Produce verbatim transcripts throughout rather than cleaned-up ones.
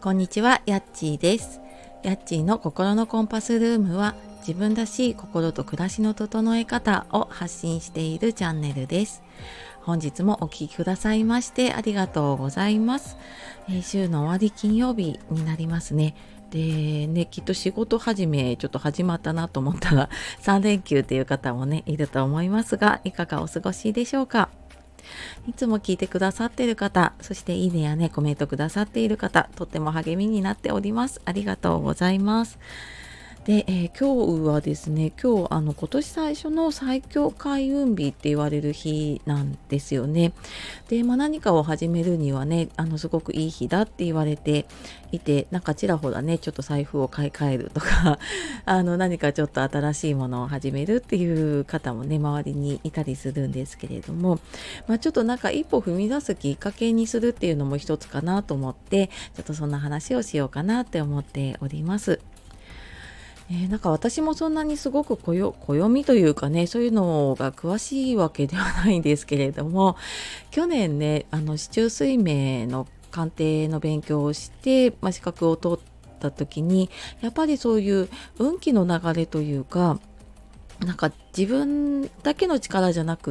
こんにちは、やっちーです。やっちーの心のコンパスルームは、自分らしい心と暮らしの整え方を発信しているチャンネルです。本日もお聞きくださいましてありがとうございます。えー週の終わり金曜日になりますね。でね、きっと仕事始めちょっと始まったなと思ったらさん連休っていう方もねいると思いますが、いかがお過ごしでしょうか。いつも聞いてくださっている方、そしていいねやね、コメントくださっている方、とっても励みになっております。ありがとうございます。で、えー今日はですね、今日あの今年最初の最強開運日って言われる日なんですよね。で、まあ、何かを始めるにはね、あのすごくいい日だって言われていて、なんかちらほらね、ちょっと財布を買い替えるとか、あの何かちょっと新しいものを始めるっていう方もね、周りにいたりするんですけれども、まあ、ちょっとなんか一歩踏み出すきっかけにするっていうのも一つかなと思って、ちょっとそんな話をしようかなって思っております。えーなんか私もそんなにすごくこよ暦というかね、そういうのが詳しいわけではないんですけれども、去年ね、あの四柱推命の鑑定の勉強をして、まあ、資格を取った時に、やっぱりそういう運気の流れというか、なんか自分だけの力じゃなくって、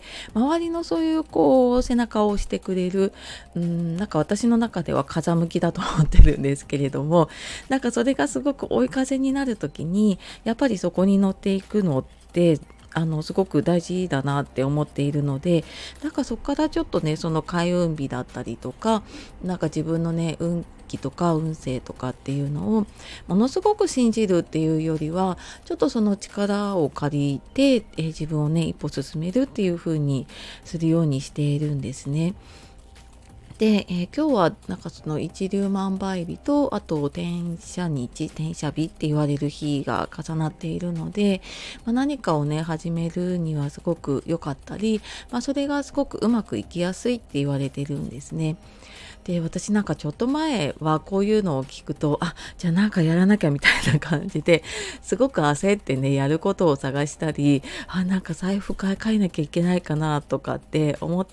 周りのそういうこう背中を押してくれる、うん、なんか私の中では風向きだと思ってるんですけれども、なんかそれがすごく追い風になる時に、やっぱりそこに乗っていくのってあのすごく大事だなって思っているので、なんかそこからちょっとね、その開運日だったりとか、なんか自分のね運気とか運勢とかっていうのをものすごく信じるっていうよりは、ちょっとその力を借りて、えー自分をね一歩進めるっていう風にするようにしているんですね。で、えー今日はなんかその一粒万倍日と、あと転写日転写日って言われる日が重なっているので、まあ、何かをね始めるにはすごく良かったり、まあ、それがすごくうまくいきやすいって言われてるんですね。で、私なんかちょっと前はこういうのを聞くと、あ、じゃあなんかやらなきゃみたいな感じですごく焦ってね、やることを探したり、あ、なんか財布買い替えなきゃいけないかなとかって思って、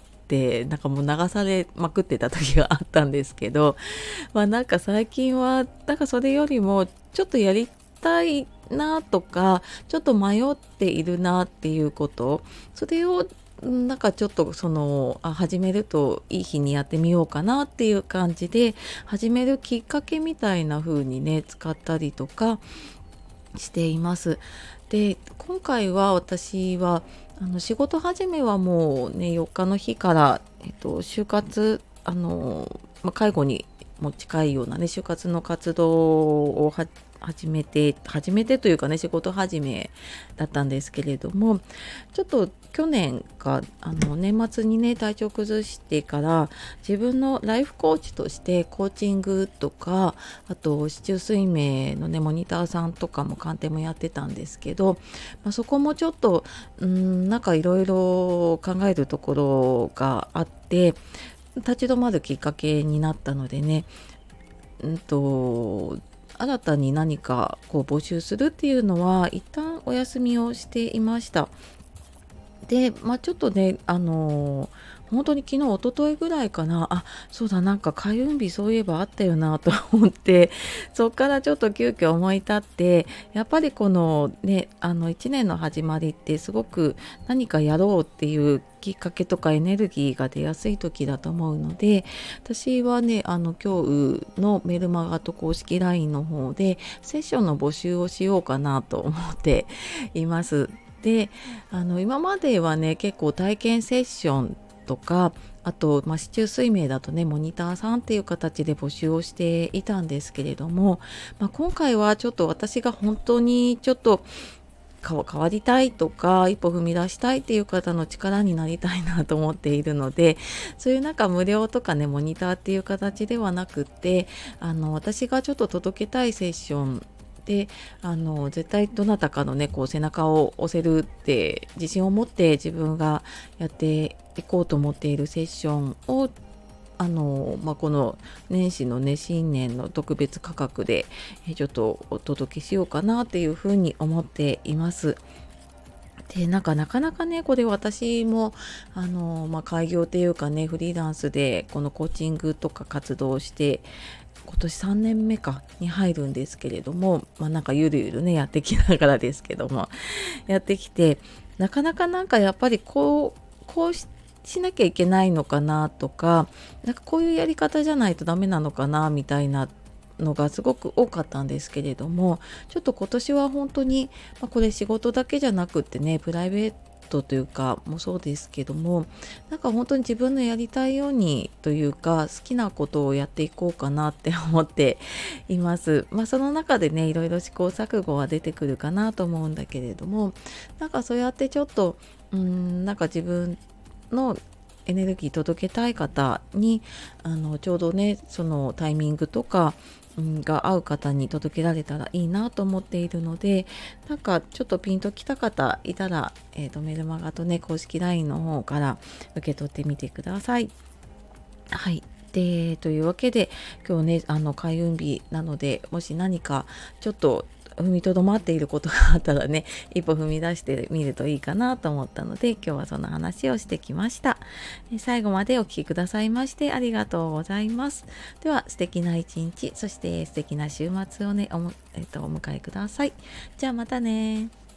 なんかもう流されまくってた時があったんですけど、まあなんか最近は、なんかそれよりもちょっとやりたいなとか、ちょっと迷っているなっていうこと、それをんなんかちょっとそのあ始めるといい日にやってみようかなっていう感じで始めるきっかけみたいな風にね使ったりとかしています。で、今回は私はあの仕事始めはもうねよっかの日から、えっと、就活あの、まあ、介護にも近いようなね就活の活動をは始めて始めてというかね仕事始めだったんですけれども、ちょっと去年かあの年末にね体調崩してから、自分のライフコーチとしてコーチングとか、あと四柱推命のねモニターさんとかも鑑定もやってたんですけど、まあ、そこもちょっとうーんなんかいろいろ考えるところがあって、立ち止まるきっかけになったのでね、うんと新たに何かこう募集するっていうのは一旦お休みをしていました。で、まあ、ちょっとね、あのー本当に昨日、一昨日ぐらいかな、あ、そうだ、なんか開運日そういえばあったよなと思って、そっからちょっと急遽思い立って、やっぱりこのね、あのいちねんの始まりってすごく何かやろうっていうきっかけとかエネルギーが出やすい時だと思うので、私はね、あの今日のメルマガと公式 ライン の方でセッションの募集をしようかなと思っています。で、あの今まではね結構体験セッションとか、あと、まあ、市中水明だとねモニターさんっていう形で募集をしていたんですけれども、まあ、今回はちょっと私が本当にちょっと変わ変わりたいとか一歩踏み出したいっていう方の力になりたいなと思っているので、そういうなんか無料とかねモニターっていう形ではなくって、あの私がちょっと届けたいセッションで、あの絶対どなたかのねこう背中を押せるって自信を持って自分がやっていこうと思っているセッションを、あの、まあ、この年始のね新年の特別価格でえちょっとお届けしようかなっていうふうに思っています。で、なんかなかなかねこれ私もあの、まあ、開業っていうかねフリーランスでこのコーチングとか活動をして今年さんねんめかに入るんですけれども、まあなんかゆるゆるねやってきながらですけどもやってきて、なかなかなんかやっぱりこうこうししなきゃいけないのかなとか、なんかこういうやり方じゃないとダメなのかなみたいなのがすごく多かったんですけれども、ちょっと今年は本当に、まあ、これ仕事だけじゃなくってね、プライベートというかもそうですけども、なんか本当に自分のやりたいようにというか好きなことをやっていこうかなって思っています。まあその中でね、いろいろ試行錯誤は出てくるかなと思うんだけれども、なんかそうやってちょっとうーんなんか自分のエネルギー届けたい方にあのちょうどねそのタイミングとか、うん、が合う方に届けられたらいいなと思っているので、なんかちょっとピンときた方いたら、えーと、メルマガとね公式 ライン の方から受け取ってみてください。はい。でというわけで今日ねあの開運日なので、もし何かちょっと踏みとどまっていることがあったらね、一歩踏み出してみるといいかなと思ったので、今日はその話をしてきました。最後までお聞きくださいましてありがとうございます。では素敵な一日、そして素敵な週末をねおも、えっと、お迎えください。じゃあまたね。